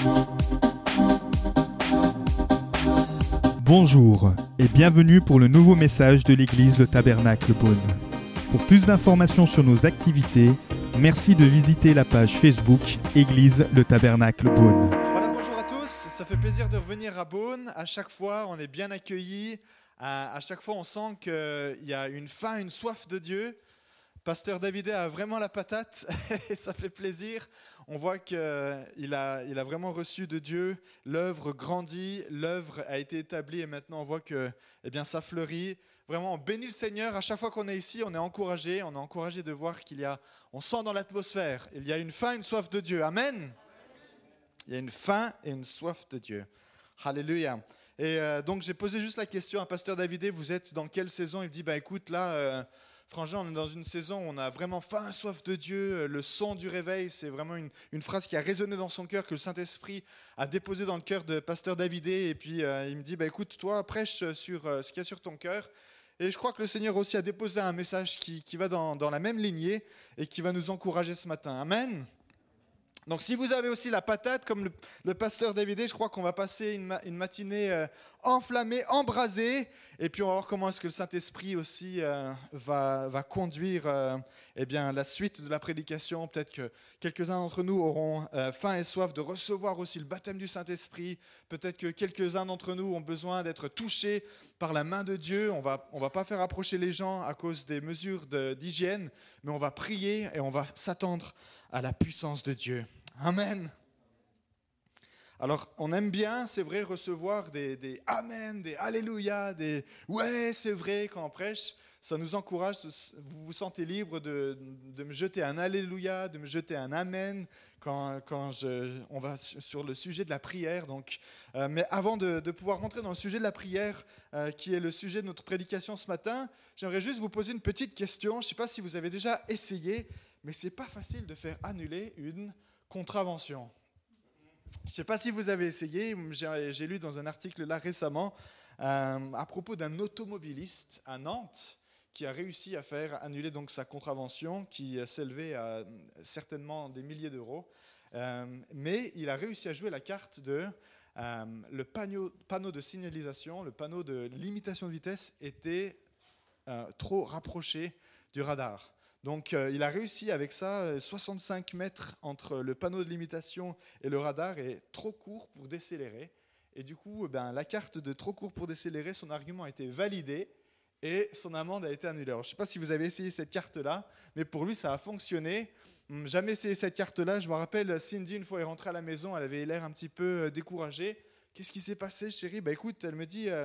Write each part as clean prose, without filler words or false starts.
Bonjour et bienvenue pour le nouveau message de l'église Le Tabernacle Beaune. Pour plus d'informations sur nos activités, merci de visiter la page Facebook Église Le Tabernacle Beaune. Voilà, bonjour à tous, ça fait plaisir de revenir à Beaune. À chaque fois, on est bien accueillis. À chaque fois, on sent qu'il y a une faim, une soif de Dieu. Pasteur David a vraiment la patate et ça fait plaisir. On voit qu'il a vraiment reçu de Dieu. L'œuvre grandit, l'œuvre a été établie et maintenant on voit que ça fleurit. Vraiment, on bénit le Seigneur. À chaque fois qu'on est ici, on est encouragé. On est encouragé de voir on sent dans l'atmosphère, il y a une faim, une soif de Dieu. Amen. Il y a une faim et une soif de Dieu. Alléluia. Et donc j'ai posé juste la question à Pasteur David, vous êtes dans quelle saison? Il me dit, écoute, là... Frangin, on est dans une saison où on a vraiment faim, soif de Dieu. Le son du réveil, c'est vraiment une phrase qui a résonné dans son cœur, que le Saint-Esprit a déposé dans le cœur de Pasteur David. Et puis, il me dit, écoute, toi, prêche sur ce qu'il y a sur ton cœur. Et je crois que le Seigneur aussi a déposé un message qui va dans la même lignée et qui va nous encourager ce matin. Amen. Donc si vous avez aussi la patate, comme le pasteur David, je crois qu'on va passer une matinée enflammée, embrasée, et puis on va voir comment est-ce que le Saint-Esprit aussi va conduire la suite de la prédication. Peut-être que quelques-uns d'entre nous auront faim et soif de recevoir aussi le baptême du Saint-Esprit. Peut-être que quelques-uns d'entre nous ont besoin d'être touchés par la main de Dieu. On va pas faire approcher les gens à cause des mesures d'hygiène, mais on va prier et on va s'attendre à la puissance de Dieu. Amen. Alors, on aime bien, c'est vrai, recevoir des Amen, des Alléluia, des ouais, c'est vrai quand on prêche. Ça nous encourage, vous vous sentez libre de me jeter un Alléluia, de me jeter un Amen quand on va sur le sujet de la prière. Donc, mais avant de pouvoir rentrer dans le sujet de la prière, qui est le sujet de notre prédication ce matin, j'aimerais juste vous poser une petite question. Je ne sais pas si vous avez déjà essayé, mais ce n'est pas facile de faire annuler une contravention. Je ne sais pas si vous avez essayé, j'ai lu dans un article là récemment à propos d'un automobiliste à Nantes qui a réussi à faire annuler donc sa contravention qui s'élevait à certainement des milliers d'euros. Mais il a réussi à jouer la carte de le panneau de signalisation, le panneau de limitation de vitesse était trop rapproché du radar. Donc il a réussi avec ça, 65 mètres entre le panneau de limitation et le radar est trop court pour décélérer. Et du coup, la carte de trop court pour décélérer, son argument a été validé et son amende a été annulée. Alors, je ne sais pas si vous avez essayé cette carte-là, mais pour lui, ça a fonctionné. Jamais essayé cette carte-là. Je me rappelle, Cindy, une fois, elle est rentrée à la maison, elle avait l'air un petit peu découragée. Qu'est-ce qui s'est passé, chérie? Écoute, elle me dit,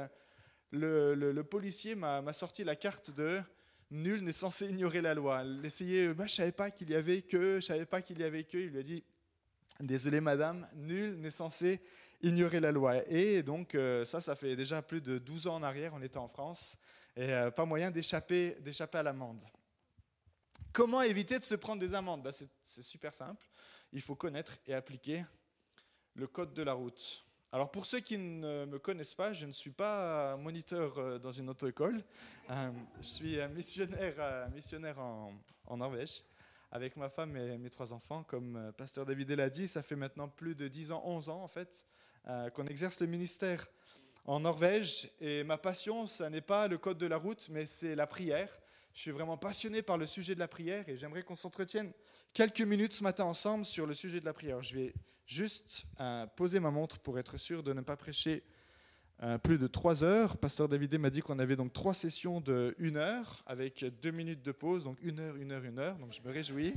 le policier m'a sorti la carte de... Nul n'est censé ignorer la loi. Elle essayait, je ne savais pas qu'il y avait que, Il lui a dit, désolé madame, nul n'est censé ignorer la loi. Et donc ça fait déjà plus de 12 ans en arrière, on était en France, et pas moyen d'échapper à l'amende. Comment éviter de se prendre des amendes? C'est super simple, il faut connaître et appliquer le code de la route. Alors pour ceux qui ne me connaissent pas, je ne suis pas moniteur dans une auto-école. Je suis missionnaire en Norvège avec ma femme et mes 3 enfants. Comme Pasteur David l'a dit, ça fait maintenant plus de 10 ans, 11 ans en fait, qu'on exerce le ministère en Norvège. Et ma passion, ce n'est pas le code de la route, mais c'est la prière. Je suis vraiment passionné par le sujet de la prière et j'aimerais qu'on s'entretienne quelques minutes ce matin ensemble sur le sujet de la prière. Je vais juste poser ma montre pour être sûr de ne pas prêcher plus de 3 heures. Pasteur David m'a dit qu'on avait donc 3 sessions de 1 heure avec 2 minutes de pause, donc 1 heure, 1 heure, 1 heure. Donc je me réjouis.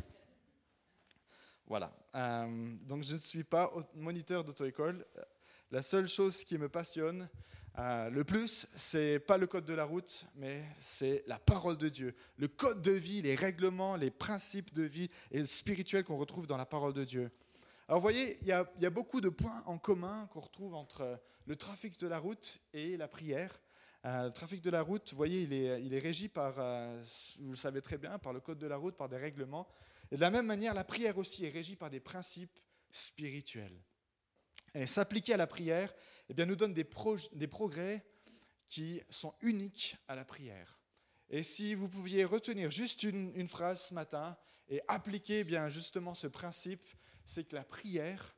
Voilà. Donc je ne suis pas moniteur d'auto-école. La seule chose qui me passionne le plus, c'est pas le code de la route, mais c'est la parole de Dieu. Le code de vie, les règlements, les principes de vie et spirituels qu'on retrouve dans la parole de Dieu. Alors vous voyez, il y a beaucoup de points en commun qu'on retrouve entre le trafic de la route et la prière. Le trafic de la route, vous voyez, il est régi par, vous le savez très bien, par le code de la route, par des règlements. Et de la même manière, la prière aussi est régie par des principes spirituels. Et s'appliquer à la prière nous donne des progrès qui sont uniques à la prière. Et si vous pouviez retenir juste une phrase ce matin et appliquer justement ce principe, c'est que la prière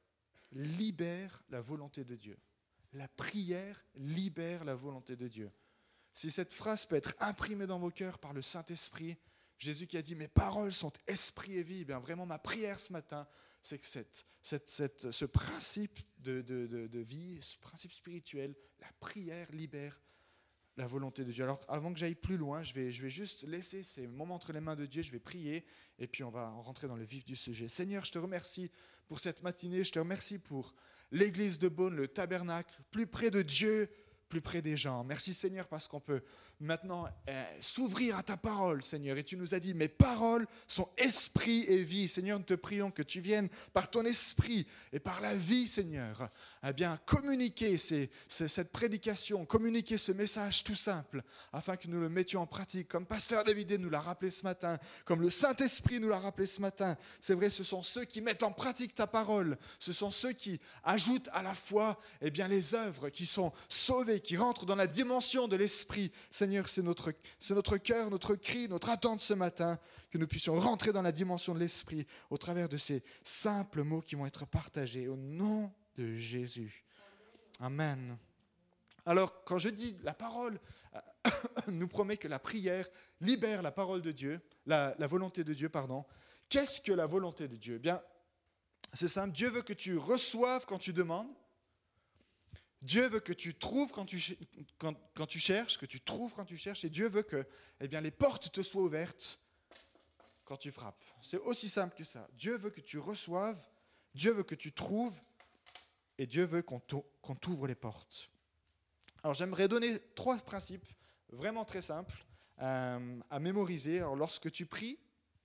libère la volonté de Dieu. La prière libère la volonté de Dieu. Si cette phrase peut être imprimée dans vos cœurs par le Saint-Esprit, Jésus qui a dit « Mes paroles sont esprit et vie », bien vraiment ma prière ce matin, c'est que ce principe de vie, ce principe spirituel, la prière libère la volonté de Dieu. Alors avant que j'aille plus loin, je vais juste laisser ces moments entre les mains de Dieu, je vais prier et puis on va rentrer dans le vif du sujet. Seigneur, je te remercie pour cette matinée, je te remercie pour l'église de Beaune, le tabernacle, plus près de Dieu, plus près des gens. Merci Seigneur parce qu'on peut maintenant s'ouvrir à ta parole, Seigneur. Et tu nous as dit, mes paroles sont esprit et vie. Seigneur, nous te prions que tu viennes par ton esprit et par la vie, Seigneur, eh bien, communiquer cette prédication, communiquer ce message tout simple, afin que nous le mettions en pratique, comme Pasteur David nous l'a rappelé ce matin, comme le Saint-Esprit nous l'a rappelé ce matin. C'est vrai, ce sont ceux qui mettent en pratique ta parole. Ce sont ceux qui ajoutent à la foi eh bien, les œuvres, qui sont sauvés, qui rentrent dans la dimension de l'esprit. Seigneur, c'est notre cœur, notre cri, notre attente ce matin, que nous puissions rentrer dans la dimension de l'esprit au travers de ces simples mots qui vont être partagés au nom de Jésus. Amen. Alors, quand je dis la parole nous promet que la prière libère la parole de Dieu, la volonté de Dieu, pardon. Qu'est-ce que la volonté de Dieu ? Eh bien, c'est simple, Dieu veut que tu reçoives quand tu demandes. Dieu veut que tu trouves quand tu cherches, que tu trouves quand tu cherches, et Dieu veut que eh bien, les portes te soient ouvertes quand tu frappes. C'est aussi simple que ça. Dieu veut que tu reçoives, Dieu veut que tu trouves, et Dieu veut qu'on t'ouvre les portes. Alors j'aimerais donner 3 principes vraiment très simples à mémoriser. Alors lorsque tu pries,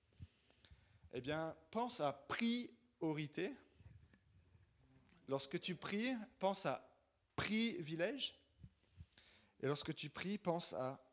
eh bien, pense à priorité. Lorsque tu pries, pense à privilège. Et lorsque tu pries, pense à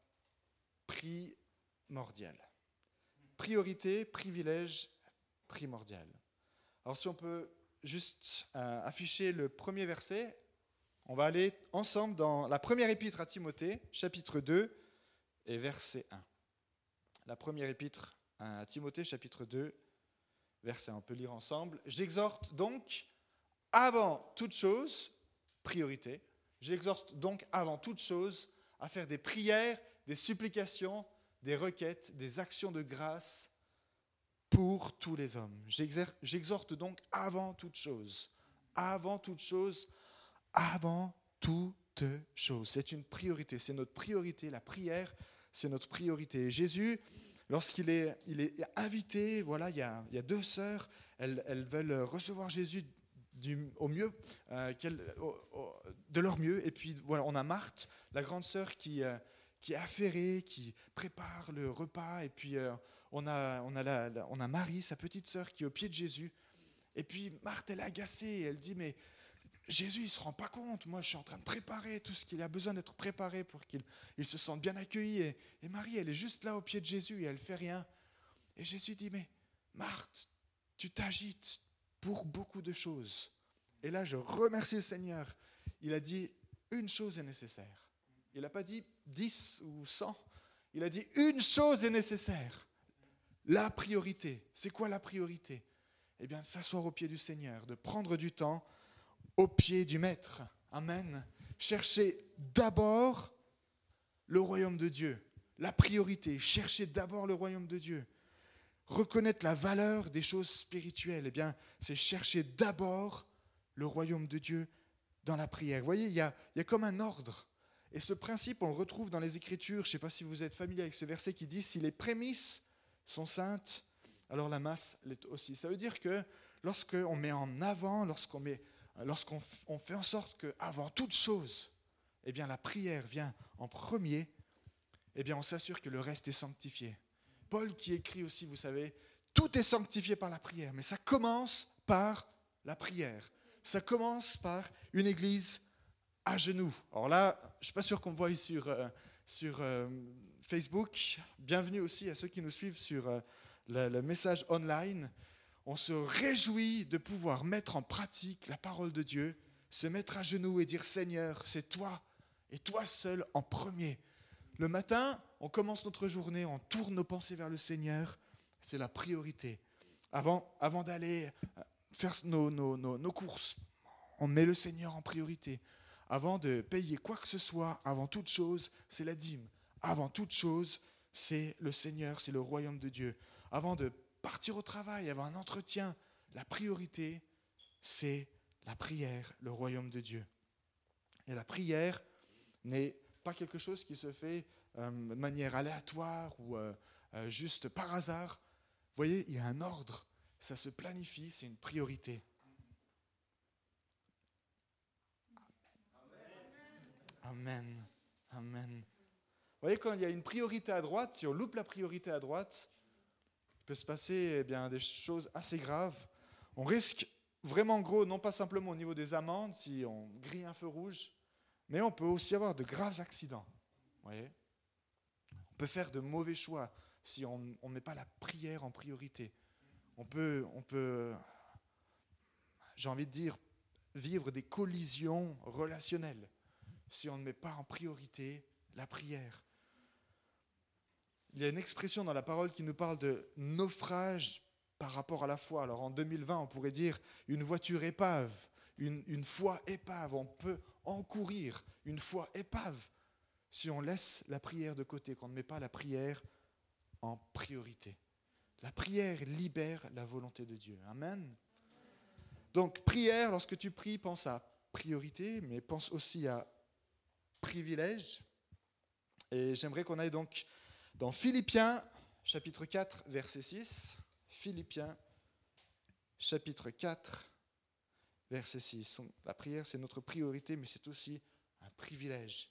primordial. Priorité, privilège, primordial. Alors si on peut juste afficher le premier verset, on va aller ensemble dans la première épître à Timothée, chapitre 2 et verset 1. La première épître à Timothée, chapitre 2, verset 1. On peut lire ensemble. J'exhorte donc avant toute chose, priorité, j'exhorte donc avant toute chose à faire des prières, des supplications, des requêtes, des actions de grâce pour tous les hommes. J'exhorte donc avant toute chose. Avant toute chose, avant toute chose. C'est une priorité, c'est notre priorité. La prière, c'est notre priorité. Jésus, lorsqu'il est invité, voilà, il y a 2 sœurs, elles veulent recevoir Jésus au mieux, de leur mieux. Et puis voilà, on a Marthe, la grande sœur qui est affairée, qui prépare le repas. Et puis on a Marie, sa petite sœur, qui est au pied de Jésus. Et puis Marthe, elle est agacée. Elle dit, mais Jésus, il ne se rend pas compte. Moi, je suis en train de préparer tout ce qu'il a besoin d'être préparé pour qu'il se sente bien accueilli. Et Marie, elle est juste là au pied de Jésus et elle ne fait rien. Et Jésus dit, mais Marthe, tu t'agites pour beaucoup de choses. Et là, je remercie le Seigneur. Il a dit, une chose est nécessaire. Il n'a pas dit 10 ou 100. Il a dit, une chose est nécessaire. La priorité. C'est quoi la priorité ? Eh bien, de s'asseoir au pied du Seigneur, de prendre du temps au pied du Maître. Amen. Cherchez d'abord le royaume de Dieu. La priorité. Cherchez d'abord le royaume de Dieu. Reconnaître la valeur des choses spirituelles, eh bien, c'est chercher d'abord le royaume de Dieu dans la prière. Vous voyez, il y a comme un ordre. Et ce principe, on le retrouve dans les Écritures. Je ne sais pas si vous êtes familier avec ce verset qui dit « Si les prémices sont saintes, alors la masse l'est aussi ». Ça veut dire que lorsqu'on met en avant, lorsqu'on fait en sorte qu'avant toute chose, eh bien, la prière vient en premier, eh bien, on s'assure que le reste est sanctifié. Paul qui écrit aussi, vous savez, tout est sanctifié par la prière, mais ça commence par la prière. Ça commence par une église à genoux. Alors là, je ne suis pas sûr qu'on me voie sur Facebook. Bienvenue aussi à ceux qui nous suivent sur le message online. On se réjouit de pouvoir mettre en pratique la parole de Dieu, se mettre à genoux et dire « Seigneur, c'est toi et toi seul en premier ». Le matin, on commence notre journée, on tourne nos pensées vers le Seigneur. C'est la priorité. Avant d'aller faire nos courses, on met le Seigneur en priorité. Avant de payer quoi que ce soit, avant toute chose, c'est la dîme. Avant toute chose, c'est le Seigneur, c'est le royaume de Dieu. Avant de partir au travail, avoir un entretien, la priorité, c'est la prière, le royaume de Dieu. Et la prière n'est pas quelque chose qui se fait de manière aléatoire ou juste par hasard. Vous voyez, il y a un ordre, ça se planifie, c'est une priorité. Amen. Amen. Vous voyez, quand il y a une priorité à droite, si on loupe la priorité à droite, il peut se passer des choses assez graves. On risque vraiment gros, non pas simplement au niveau des amendes, si on grille un feu rouge, mais on peut aussi avoir de graves accidents. Vous voyez ? On peut faire de mauvais choix si on ne met pas la prière en priorité. On peut, j'ai envie de dire, vivre des collisions relationnelles si on ne met pas en priorité la prière. Il y a une expression dans la parole qui nous parle de naufrage par rapport à la foi. Alors en 2020, on pourrait dire une voiture épave, une foi épave. On peut encourir une foi épave si on laisse la prière de côté, qu'on ne met pas la prière en priorité. La prière libère la volonté de Dieu. Amen. Donc prière, lorsque tu pries, pense à priorité, mais pense aussi à privilège. Et j'aimerais qu'on aille donc dans Philippiens, chapitre 4, verset 6. Philippiens, chapitre 4, verset 6. La prière, c'est notre priorité, mais c'est aussi un privilège.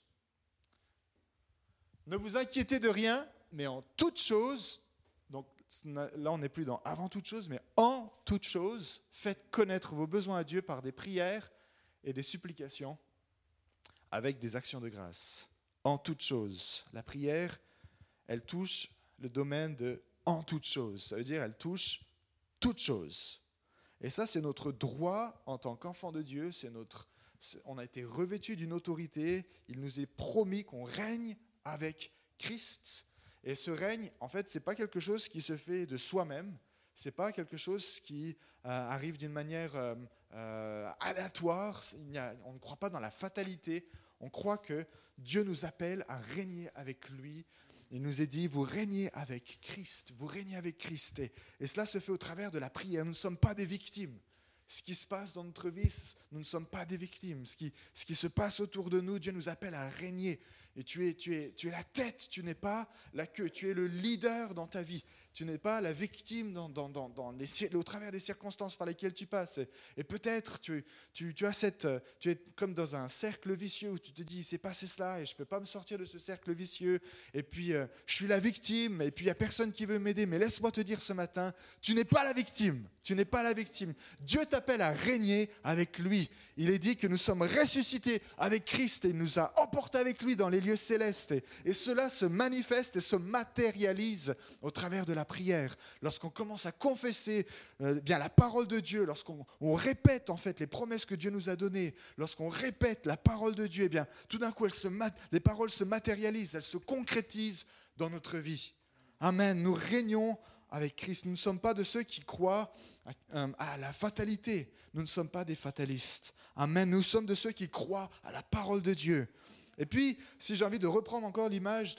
Ne vous inquiétez de rien, mais en toute chose, donc là on n'est plus dans avant toute chose, mais en toute chose, faites connaître vos besoins à Dieu par des prières et des supplications avec des actions de grâce. En toute chose. La prière, elle touche le domaine de en toute chose. Ça veut dire elle touche toute chose. Et ça, c'est notre droit en tant qu'enfant de Dieu. On a été revêtus d'une autorité. Il nous est promis qu'on règne avec Christ. Et ce règne, en fait, ce n'est pas quelque chose qui se fait de soi-même. Ce n'est pas quelque chose qui arrive d'une manière aléatoire. On ne croit pas dans la fatalité. On croit que Dieu nous appelle à régner avec lui. Il nous est dit, vous régnez avec Christ. Vous régnez avec Christ. Et cela se fait au travers de la prière. Nous ne sommes pas des victimes. Ce qui se passe dans notre vie, nous ne sommes pas des victimes. Ce qui se passe autour de nous, Dieu nous appelle à régner. Et tu es la tête, tu n'es pas la queue. Tu es le leader dans ta vie. Tu n'es pas la victime au travers des circonstances par lesquelles tu passes. Et peut-être tu es comme dans un cercle vicieux où tu te dis, il s'est passé cela et je ne peux pas me sortir de ce cercle vicieux. Et puis, je suis la victime et puis il n'y a personne qui veut m'aider. Mais laisse-moi te dire ce matin, tu n'es pas la victime. Tu n'es pas la victime. Dieu t'appelle à régner avec lui. Il est dit que nous sommes ressuscités avec Christ et il nous a emportés avec lui dans les lieux célestes. Et cela se manifeste et se matérialise au travers de la prière. Lorsqu'on commence à confesser bien la parole de Dieu, lorsqu'on répète en fait les promesses que Dieu nous a données, lorsqu'on répète la parole de Dieu, eh bien, tout d'un coup, les paroles se matérialisent, elles se concrétisent dans notre vie. Amen. Nous régnons avec Christ. Nous ne sommes pas de ceux qui croient à la fatalité. Nous ne sommes pas des fatalistes. Amen. Nous sommes de ceux qui croient à la parole de Dieu. Et puis, si j'ai envie de reprendre encore l'image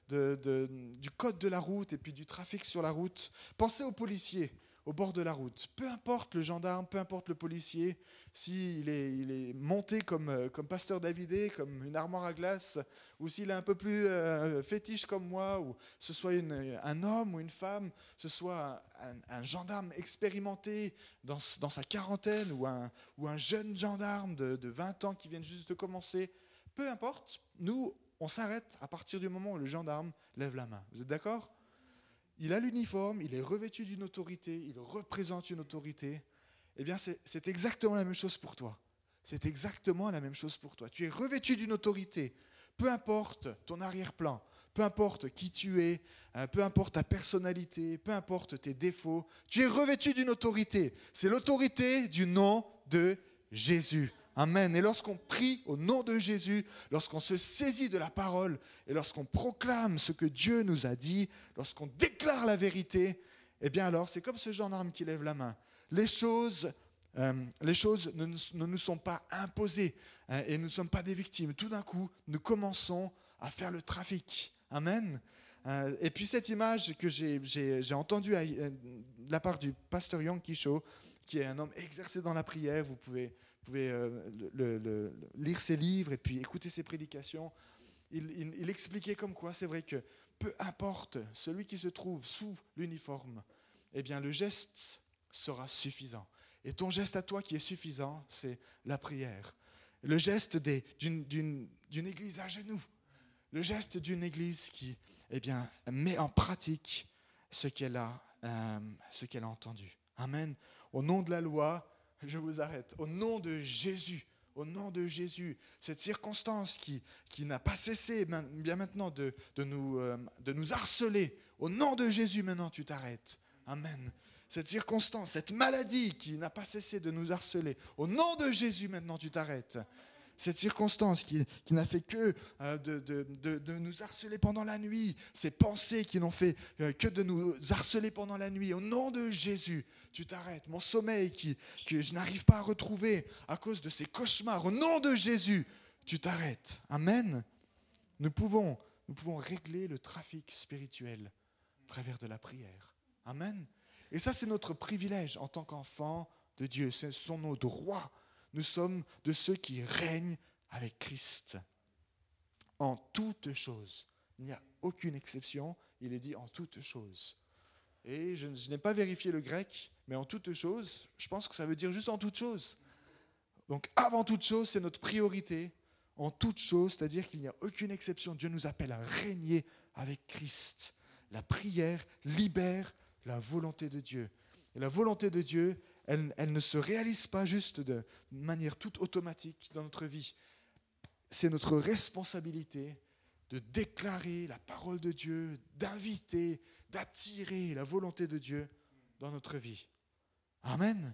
du code de la route et puis du trafic sur la route, pensez aux policiers au bord de la route. Peu importe le gendarme, peu importe le policier, s'il est monté comme Pasteur Davidé, comme une armoire à glace, ou s'il est un peu plus fétiche comme moi, ou ce soit un homme ou une femme, ce soit un gendarme expérimenté dans sa quarantaine, ou un jeune gendarme de 20 ans qui vient juste de commencer, peu importe, nous, on s'arrête à partir du moment où le gendarme lève la main. Vous êtes d'accord ? Il a l'uniforme, il est revêtu d'une autorité, il représente une autorité. Eh bien, c'est exactement la même chose pour toi. C'est exactement la même chose pour toi. Tu es revêtu d'une autorité. Peu importe ton arrière-plan, peu importe qui tu es, peu importe ta personnalité, peu importe tes défauts, tu es revêtu d'une autorité. C'est l'autorité du nom de Jésus. Amen. Et lorsqu'on prie au nom de Jésus, lorsqu'on se saisit de la parole et lorsqu'on proclame ce que Dieu nous a dit, lorsqu'on déclare la vérité, eh bien alors c'est comme ce gendarme qui lève la main. Les choses Les choses ne nous sont pas imposées et nous ne sommes pas des victimes. Tout d'un coup, nous commençons à faire le trafic. Amen. Et puis cette image que j'ai entendue de la part du pasteur Yong Kisho, qui est un homme exercé dans la prière, vous pouvez lire ses livres et puis écouter ses prédications. Il expliquait comme quoi c'est vrai que peu importe celui qui se trouve sous l'uniforme, eh bien le geste sera suffisant. Et ton geste à toi qui est suffisant, c'est la prière. Le geste d'une église à genoux. Le geste d'une église qui met en pratique ce qu'elle a entendu. Amen. Au nom de la loi, je vous arrête. Au nom de Jésus, cette circonstance qui n'a pas cessé bien maintenant de nous harceler, au nom de Jésus, maintenant tu t'arrêtes. Amen. Cette circonstance, cette maladie qui n'a pas cessé de nous harceler, au nom de Jésus, maintenant tu t'arrêtes. Cette circonstance qui n'a fait que de nous harceler pendant la nuit, ces pensées qui n'ont fait que de nous harceler pendant la nuit, au nom de Jésus, tu t'arrêtes. Mon sommeil que je n'arrive pas à retrouver à cause de ces cauchemars, au nom de Jésus, tu t'arrêtes. Amen. Nous pouvons régler le trafic spirituel à travers de la prière. Amen. Et ça, c'est notre privilège en tant qu'enfants de Dieu. Ce sont nos droits. Nous sommes de ceux qui règnent avec Christ en toutes choses. Il n'y a aucune exception. Il est dit en toutes choses. Et je n'ai pas vérifié le grec, mais en toutes choses, je pense que ça veut dire juste en toutes choses. Donc avant toute chose, c'est notre priorité. En toutes choses, c'est-à-dire qu'il n'y a aucune exception. Dieu nous appelle à régner avec Christ. La prière libère la volonté de Dieu. Et la volonté de Dieu, elle ne se réalise pas juste de manière toute automatique dans notre vie. C'est notre responsabilité de déclarer la parole de Dieu, d'inviter, d'attirer la volonté de Dieu dans notre vie. Amen.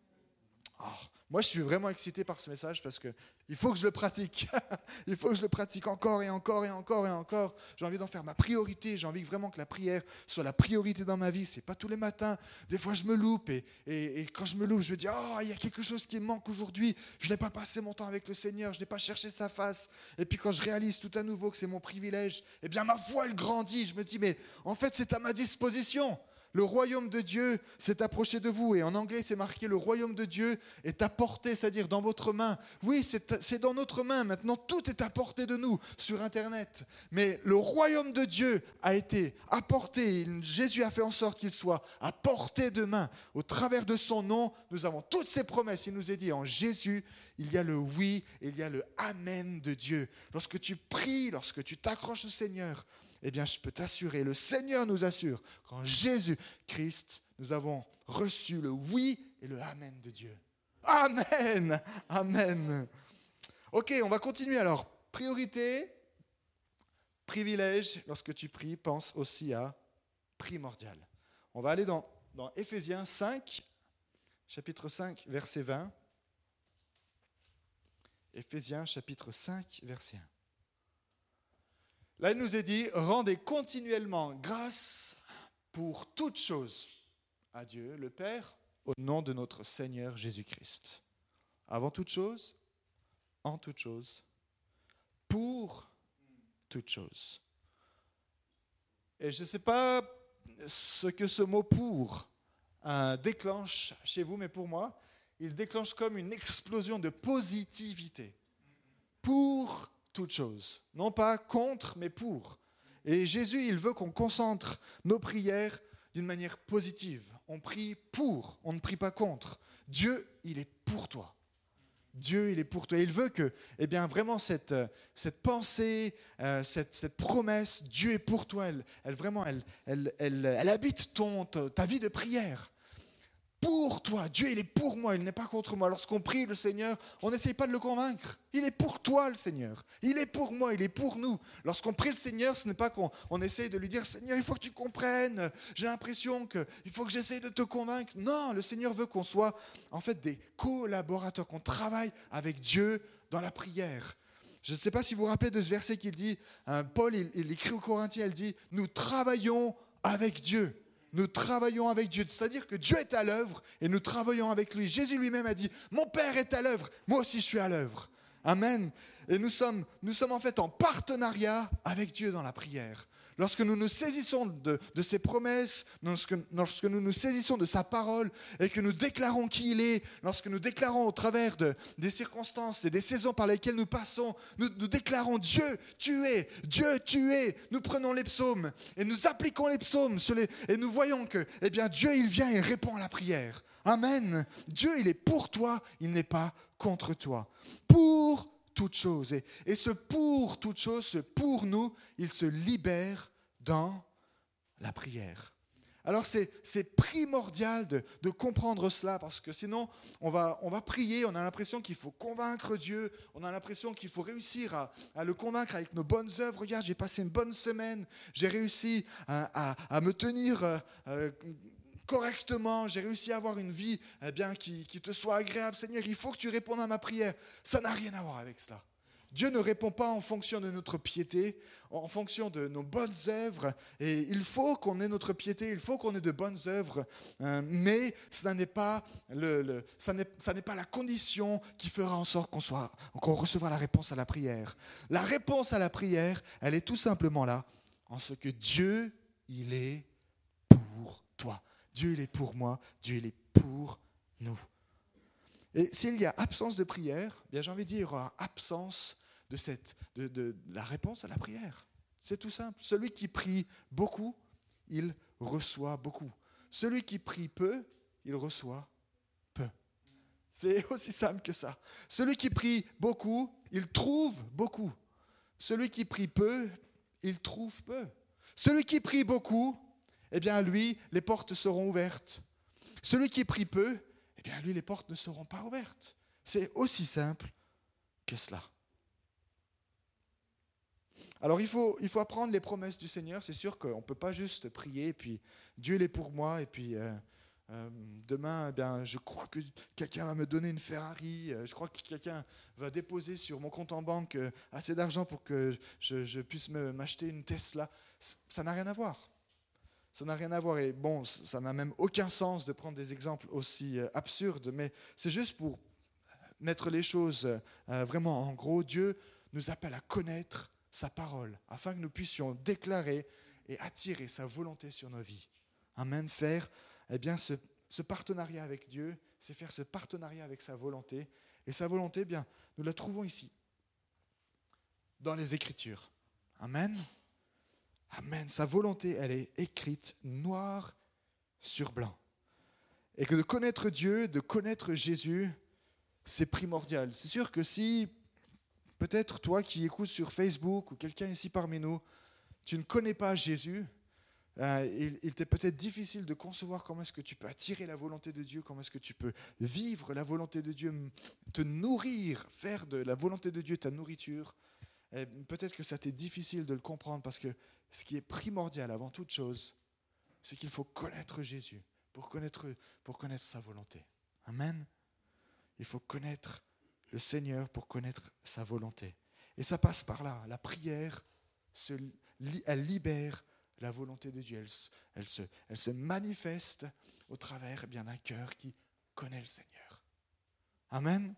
Moi, je suis vraiment excité par ce message parce qu'il faut que je le pratique. Il faut que je le pratique encore et encore et encore et encore. J'ai envie d'en faire ma priorité. J'ai envie vraiment que la prière soit la priorité dans ma vie. Ce n'est pas tous les matins. Des fois, je me loupe et quand je me loupe, je me dis « il y a quelque chose qui me manque aujourd'hui. Je n'ai pas passé mon temps avec le Seigneur. Je n'ai pas cherché sa face. » Et puis quand je réalise tout à nouveau que c'est mon privilège, eh bien ma foi, elle grandit. Je me dis « Mais en fait, c'est à ma disposition. » Le royaume de Dieu s'est approché de vous. Et en anglais, c'est marqué, le royaume de Dieu est à portée, c'est-à-dire dans votre main. Oui, c'est dans notre main. Maintenant, tout est à portée de nous sur Internet. Mais le royaume de Dieu a été à portée. Jésus a fait en sorte qu'il soit à portée de main. Au travers de son nom, nous avons toutes ces promesses. Il nous est dit, en Jésus, il y a le oui et il y a le amen de Dieu. Lorsque tu pries, lorsque tu t'accroches au Seigneur, eh bien, je peux t'assurer, le Seigneur nous assure qu'en Jésus-Christ, nous avons reçu le oui et le amen de Dieu. Amen, amen. Ok, on va continuer alors. Priorité, privilège, lorsque tu pries, pense aussi à primordial. On va aller dans Éphésiens 5, chapitre 5, verset 20. Éphésiens, chapitre 5, verset 1. Là, il nous est dit, rendez continuellement grâce pour toutes choses à Dieu, le Père, au nom de notre Seigneur Jésus-Christ. Avant toute chose, en toute chose, pour toute chose. Et je ne sais pas ce que ce mot « pour » déclenche chez vous, mais pour moi, il déclenche comme une explosion de positivité. Pour toute chose. Non pas contre, mais pour. Et Jésus, il veut qu'on concentre nos prières d'une manière positive. On prie pour, on ne prie pas contre. Dieu, il est pour toi. Dieu, il est pour toi. Et il veut que, eh bien, vraiment, cette pensée, cette promesse, Dieu est pour toi, elle habite ta vie de prière. Pour toi, Dieu, il est pour moi, il n'est pas contre moi. Lorsqu'on prie le Seigneur, on n'essaye pas de le convaincre. Il est pour toi, le Seigneur. Il est pour moi, il est pour nous. Lorsqu'on prie le Seigneur, ce n'est pas qu'on essaye de lui dire « Seigneur, il faut que tu comprennes. J'ai l'impression qu'il faut que j'essaye de te convaincre. » Non, le Seigneur veut qu'on soit en fait des collaborateurs, qu'on travaille avec Dieu dans la prière. Je ne sais pas si vous vous rappelez de ce verset qu'il dit, Paul, il écrit aux Corinthiens, il dit « Nous travaillons avec Dieu. » nous travaillons avec Dieu. C'est-à-dire que Dieu est à l'œuvre et nous travaillons avec lui. Jésus lui-même a dit, mon Père est à l'œuvre, moi aussi je suis à l'œuvre. Amen. Et nous sommes en fait en partenariat avec Dieu dans la prière. Lorsque nous nous saisissons de ses promesses, lorsque nous nous saisissons de sa parole et que nous déclarons qui il est, lorsque nous déclarons au travers des circonstances et des saisons par lesquelles nous passons, nous déclarons Dieu, tu es, Dieu, tu es. Nous prenons les psaumes et nous appliquons les psaumes et nous voyons que Dieu, il vient et répond à la prière. Amen. Dieu, il est pour toi, il n'est pas contre toi. Pour toute chose. Et ce pour toute chose, ce pour nous, il se libère dans la prière. Alors c'est primordial de comprendre cela parce que sinon on va prier, on a l'impression qu'il faut convaincre Dieu, on a l'impression qu'il faut réussir à le convaincre avec nos bonnes œuvres. Regarde, j'ai passé une bonne semaine, j'ai réussi à me tenir correctement, j'ai réussi à avoir une vie qui te soit agréable. Seigneur, il faut que tu répondes à ma prière. Ça n'a rien à voir avec cela. Dieu ne répond pas en fonction de notre piété, en fonction de nos bonnes œuvres. Et il faut qu'on ait notre piété, il faut qu'on ait de bonnes œuvres, mais ça n'est pas la condition qui fera en sorte qu'on recevra la réponse à la prière. La réponse à la prière, elle est tout simplement là, en ce que Dieu, il est pour toi. Dieu, il est pour moi, Dieu, il est pour nous. Et s'il y a absence de prière, bien j'ai envie de dire, il y aura absence de la réponse à la prière. C'est tout simple. Celui qui prie beaucoup, il reçoit beaucoup. Celui qui prie peu, il reçoit peu. C'est aussi simple que ça. Celui qui prie beaucoup, il trouve beaucoup. Celui qui prie peu, il trouve peu. Celui qui prie beaucoup, lui, les portes seront ouvertes. Celui qui prie peu, lui, les portes ne seront pas ouvertes. C'est aussi simple que cela. Alors, il faut apprendre les promesses du Seigneur. C'est sûr qu'on ne peut pas juste prier, et puis Dieu il est pour moi, et puis demain, je crois que quelqu'un va me donner une Ferrari, je crois que quelqu'un va déposer sur mon compte en banque assez d'argent pour que je puisse m'acheter une Tesla. Ça n'a rien à voir. Ça n'a rien à voir et bon, ça n'a même aucun sens de prendre des exemples aussi absurdes, mais c'est juste pour mettre les choses vraiment en gros. Dieu nous appelle à connaître sa parole, afin que nous puissions déclarer et attirer sa volonté sur nos vies. Amen. Faire ce partenariat avec Dieu, c'est faire ce partenariat avec sa volonté. Et sa volonté, nous la trouvons ici, dans les Écritures. Amen. Amen. Sa volonté, elle est écrite noir sur blanc. Et que de connaître Dieu, de connaître Jésus, c'est primordial. C'est sûr que si, peut-être toi qui écoutes sur Facebook ou quelqu'un ici parmi nous, tu ne connais pas Jésus, il t'est peut-être difficile de concevoir comment est-ce que tu peux attirer la volonté de Dieu, comment est-ce que tu peux vivre la volonté de Dieu, te nourrir, faire de la volonté de Dieu ta nourriture. Et peut-être que ça t'est difficile de le comprendre parce que ce qui est primordial avant toute chose, c'est qu'il faut connaître Jésus pour connaître sa volonté. Amen. Il faut connaître le Seigneur pour connaître sa volonté. Et ça passe par là. La prière, elle libère la volonté de Dieu. Elle se manifeste au travers d'un cœur qui connaît le Seigneur. Amen.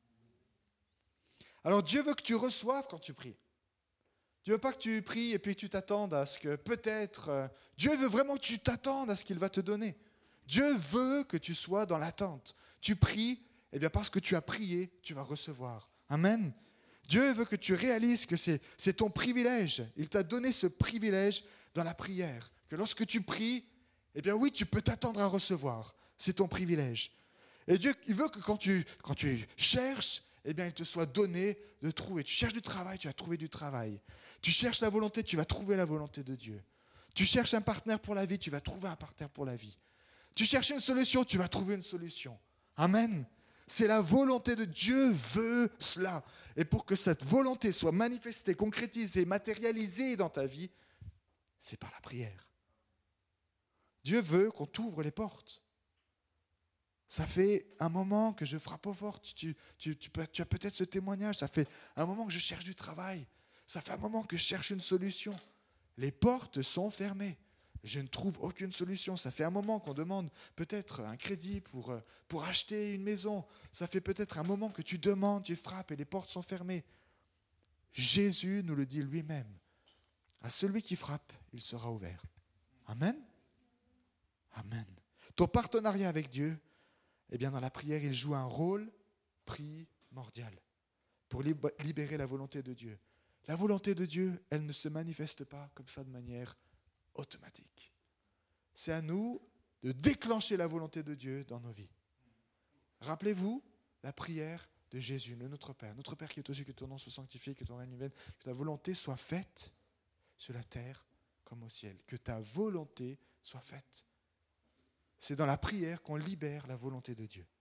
Alors Dieu veut que tu reçoives quand tu pries. Dieu ne veut pas que tu pries et puis tu t'attendes à ce que peut-être... Dieu veut vraiment que tu t'attendes à ce qu'il va te donner. Dieu veut que tu sois dans l'attente. Tu pries, parce que tu as prié, tu vas recevoir. Amen. Dieu veut que tu réalises que c'est ton privilège. Il t'a donné ce privilège dans la prière. Que lorsque tu pries, oui, tu peux t'attendre à recevoir. C'est ton privilège. Et Dieu, il veut que quand tu cherches, il te soit donné de trouver. Tu cherches du travail, tu vas trouver du travail. Tu cherches la volonté, tu vas trouver la volonté de Dieu. Tu cherches un partenaire pour la vie, tu vas trouver un partenaire pour la vie. Tu cherches une solution, tu vas trouver une solution. Amen. C'est la volonté de Dieu veut cela. Et pour que cette volonté soit manifestée, concrétisée, matérialisée dans ta vie, c'est par la prière. Dieu veut qu'on t'ouvre les portes. Ça fait un moment que je frappe aux portes. Tu as peut-être ce témoignage. Ça fait un moment que je cherche du travail. Ça fait un moment que je cherche une solution. Les portes sont fermées. Je ne trouve aucune solution. Ça fait un moment qu'on demande peut-être un crédit pour acheter une maison. Ça fait peut-être un moment que tu demandes, tu frappes et les portes sont fermées. Jésus nous le dit lui-même. À celui qui frappe, il sera ouvert. Amen. Amen. Ton partenariat avec Dieu, eh bien dans la prière, il joue un rôle primordial pour libérer la volonté de Dieu. La volonté de Dieu, elle ne se manifeste pas comme ça de manière automatique. C'est à nous de déclencher la volonté de Dieu dans nos vies. Rappelez-vous la prière de Jésus, notre Père. Notre Père qui est aux cieux, que ton nom soit sanctifié, que ton règne vienne, que ta volonté soit faite sur la terre comme au ciel. Que ta volonté soit faite. C'est dans la prière qu'on libère la volonté de Dieu.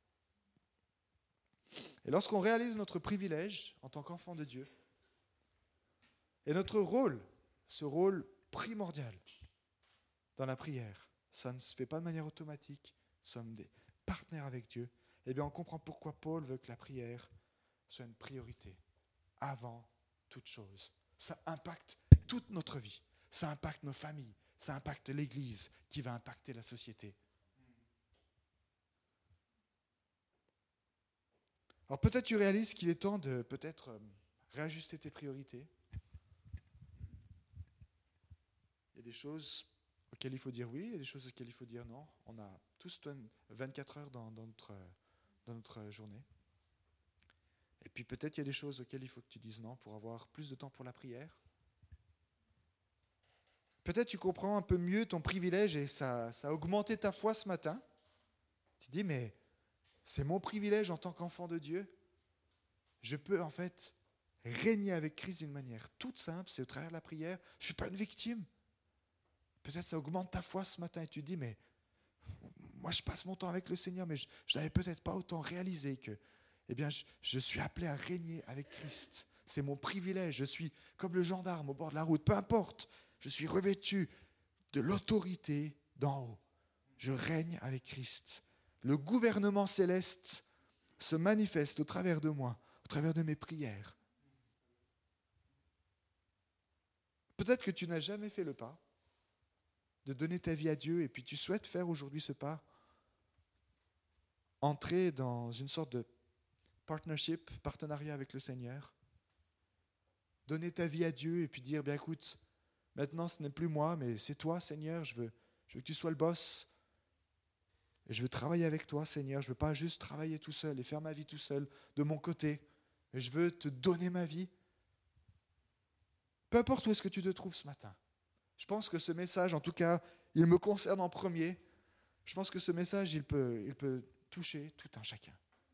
Et lorsqu'on réalise notre privilège en tant qu'enfant de Dieu, et notre rôle, ce rôle primordial dans la prière, ça ne se fait pas de manière automatique, nous sommes des partenaires avec Dieu, eh bien on comprend pourquoi Paul veut que la prière soit une priorité avant toute chose. Ça impacte toute notre vie, ça impacte nos familles, ça impacte l'Église qui va impacter la société. Alors peut-être tu réalises qu'il est temps de peut-être réajuster tes priorités. Il y a des choses auxquelles il faut dire oui, il y a des choses auxquelles il faut dire non. On a tous 24 heures dans notre journée. Et puis peut-être il y a des choses auxquelles il faut que tu dises non pour avoir plus de temps pour la prière. Peut-être tu comprends un peu mieux ton privilège et ça a augmenté ta foi ce matin. Tu dis, mais c'est mon privilège en tant qu'enfant de Dieu. Je peux en fait régner avec Christ d'une manière toute simple, c'est au travers de la prière. Je ne suis pas une victime. Peut-être ça augmente ta foi ce matin et tu te dis, mais moi je passe mon temps avec le Seigneur, mais je n'avais peut-être pas autant réalisé que eh bien, je suis appelé à régner avec Christ. C'est mon privilège. Je suis comme le gendarme au bord de la route. Peu importe, je suis revêtu de l'autorité d'en haut. Je règne avec Christ. Le gouvernement céleste se manifeste au travers de moi, au travers de mes prières. Peut-être que tu n'as jamais fait le pas de donner ta vie à Dieu et puis tu souhaites faire aujourd'hui ce pas, entrer dans une sorte de partenariat avec le Seigneur, donner ta vie à Dieu et puis dire, bien écoute, maintenant ce n'est plus moi, mais c'est toi Seigneur, je veux que tu sois le boss. Et je veux travailler avec toi, Seigneur. Je ne veux pas juste travailler tout seul et faire ma vie tout seul de mon côté. Mais je veux te donner ma vie. Peu importe où est-ce que tu te trouves ce matin. Je pense que ce message, en tout cas, il me concerne en premier. Je pense que ce message, il peut toucher tout un chacun.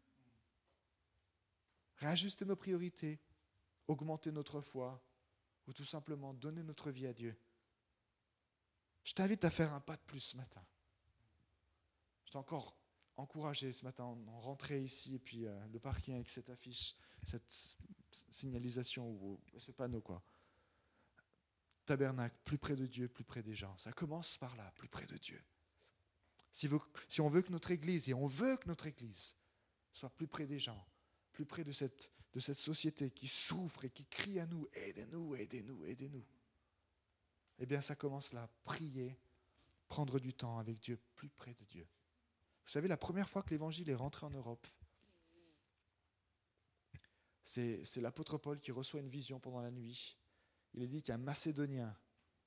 Réajuster nos priorités, augmenter notre foi, ou tout simplement donner notre vie à Dieu. Je t'invite à faire un pas de plus ce matin. Je t'ai encore encouragé ce matin en rentrée ici, et puis le parking avec cette affiche, cette signalisation, ou ce panneau, quoi. Tabernacle, plus près de Dieu, plus près des gens. Ça commence par là, plus près de Dieu. Si on veut que notre Église, et on veut que notre Église soit plus près des gens, plus près de cette société qui souffre et qui crie à nous, aidez-nous, aidez-nous, aidez-nous. Eh bien, ça commence là, prier, prendre du temps avec Dieu, plus près de Dieu. Vous savez, la première fois que l'Évangile est rentré en Europe, c'est l'apôtre Paul qui reçoit une vision pendant la nuit. Il est dit qu'un Macédonien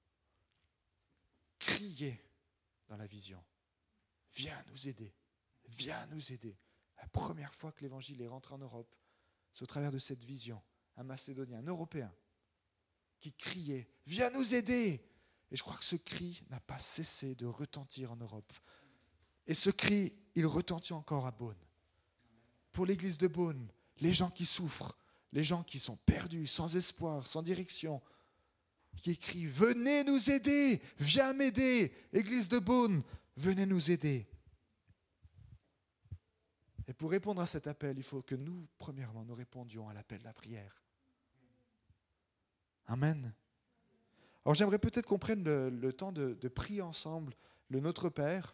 criait dans la vision. Viens nous aider, viens nous aider. La première fois que l'Évangile est rentré en Europe, c'est au travers de cette vision. Un Macédonien, un Européen, qui criait, viens nous aider. Et je crois que ce cri n'a pas cessé de retentir en Europe. Et ce cri, il retentit encore à Beaune. Pour l'église de Beaune, les gens qui souffrent, les gens qui sont perdus, sans espoir, sans direction, qui crient, venez nous aider, viens m'aider, église de Beaune, venez nous aider. Et pour répondre à cet appel, il faut que nous, premièrement, nous répondions à l'appel de la prière. Amen. Alors j'aimerais peut-être qu'on prenne le temps de prier ensemble le Notre Père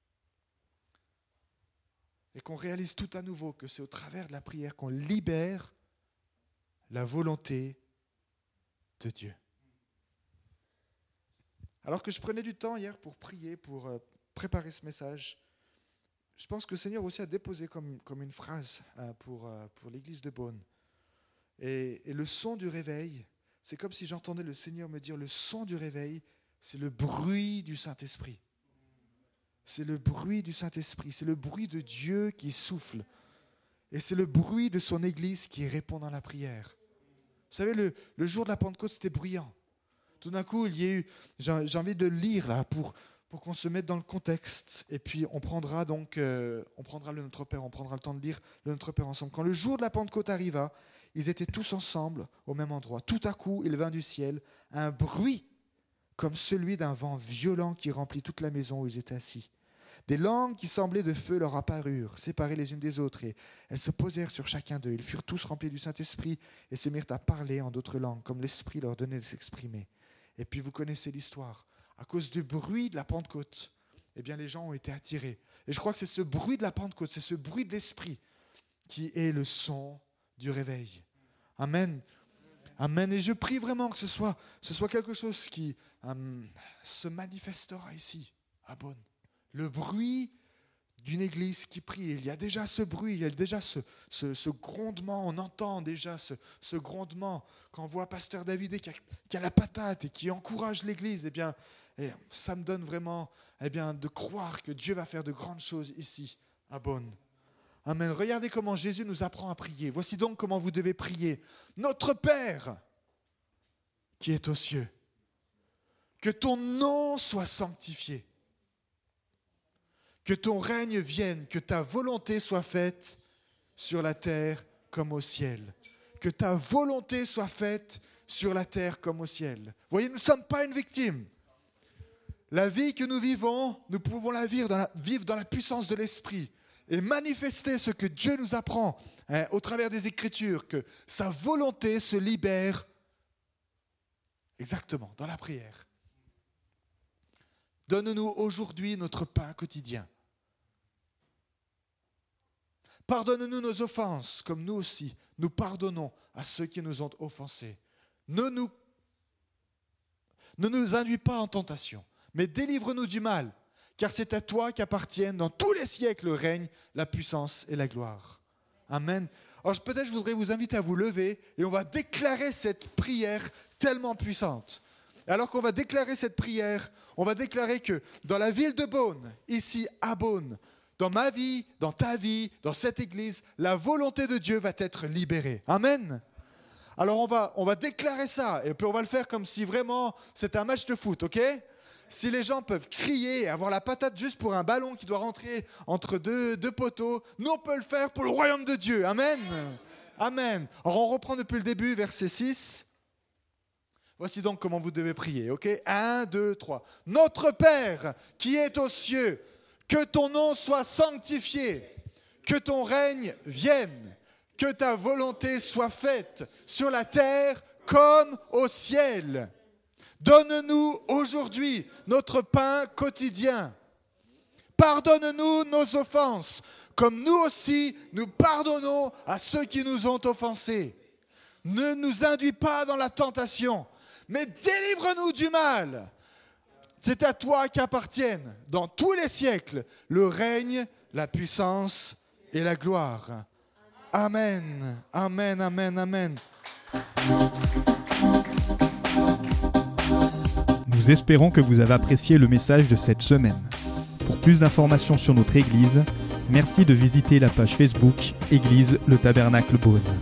et qu'on réalise tout à nouveau que c'est au travers de la prière qu'on libère la volonté de Dieu. Alors que je prenais du temps hier pour prier, pour préparer ce message, je pense que le Seigneur aussi a déposé comme une phrase pour l'église de Beaune. Et le son du réveil, c'est comme si j'entendais le Seigneur me dire, le son du réveil, c'est le bruit du Saint-Esprit. C'est le bruit du Saint-Esprit, c'est le bruit de Dieu qui souffle. Et c'est le bruit de son église qui répond dans la prière. Vous savez, le jour de la Pentecôte, c'était bruyant. Tout d'un coup, il y a eu, j'ai envie de le lire là pour qu'on se mette dans le contexte. Et puis, on prendra le Notre Père, on prendra le temps de lire le Notre Père ensemble. Quand le jour de la Pentecôte arriva, ils étaient tous ensemble au même endroit. Tout à coup, il vint du ciel un bruit comme celui d'un vent violent qui remplit toute la maison où ils étaient assis. Des langues qui semblaient de feu leur apparurent, séparées les unes des autres, et elles se posèrent sur chacun d'eux. Ils furent tous remplis du Saint-Esprit et se mirent à parler en d'autres langues, comme l'Esprit leur donnait de s'exprimer. Et puis vous connaissez l'histoire. À cause du bruit de la Pentecôte, eh bien les gens ont été attirés. Et je crois que c'est ce bruit de la Pentecôte, c'est ce bruit de l'Esprit qui est le son du réveil. Amen. Amen. Et je prie vraiment que ce soit quelque chose qui se manifestera ici, à Beaune. Le bruit d'une église qui prie. Il y a déjà ce bruit, il y a déjà ce grondement. On entend déjà ce grondement. Quand on voit Pasteur David qui a la patate et qui encourage l'église, eh bien, ça me donne vraiment de croire que Dieu va faire de grandes choses ici, à Beaune. Amen. Regardez comment Jésus nous apprend à prier. Voici donc comment vous devez prier. Notre Père qui est aux cieux, que ton nom soit sanctifié. Que ton règne vienne, que ta volonté soit faite sur la terre comme au ciel. Que ta volonté soit faite sur la terre comme au ciel. Vous voyez, nous ne sommes pas une victime. La vie que nous vivons, nous pouvons la vivre dans la puissance de l'Esprit et manifester ce que Dieu nous apprend au travers des Écritures, que sa volonté se libère exactement dans la prière. Donne-nous aujourd'hui notre pain quotidien. Pardonne-nous nos offenses, comme nous aussi, nous pardonnons à ceux qui nous ont offensés. Ne nous induis pas en tentation, mais délivre-nous du mal, car c'est à toi qu'appartiennent dans tous les siècles le règne, la puissance et la gloire. Amen. Alors peut-être je voudrais vous inviter à vous lever et on va déclarer cette prière tellement puissante. Et alors qu'on va déclarer cette prière, on va déclarer que dans la ville de Beaune, ici à Beaune, dans ma vie, dans ta vie, dans cette église, la volonté de Dieu va être libérée. Amen. Alors on va déclarer ça et puis on va le faire comme si vraiment c'était un match de foot, ok ? Si les gens peuvent crier et avoir la patate juste pour un ballon qui doit rentrer entre deux poteaux, nous on peut le faire pour le royaume de Dieu. Amen. Amen. Alors on reprend depuis le début, verset 6. Voici donc comment vous devez prier, ok ? 1, 2, 3. Notre Père qui est aux cieux, que ton nom soit sanctifié, que ton règne vienne, que ta volonté soit faite sur la terre comme au ciel. Donne-nous aujourd'hui notre pain quotidien. Pardonne-nous nos offenses, comme nous aussi nous pardonnons à ceux qui nous ont offensés. Ne nous induis pas dans la tentation, mais délivre-nous du mal. C'est à toi qu'appartiennent, dans tous les siècles, le règne, la puissance et la gloire. Amen, amen, amen, amen. Nous espérons que vous avez apprécié le message de cette semaine. Pour plus d'informations sur notre Église, merci de visiter la page Facebook Église le Tabernacle Beaune.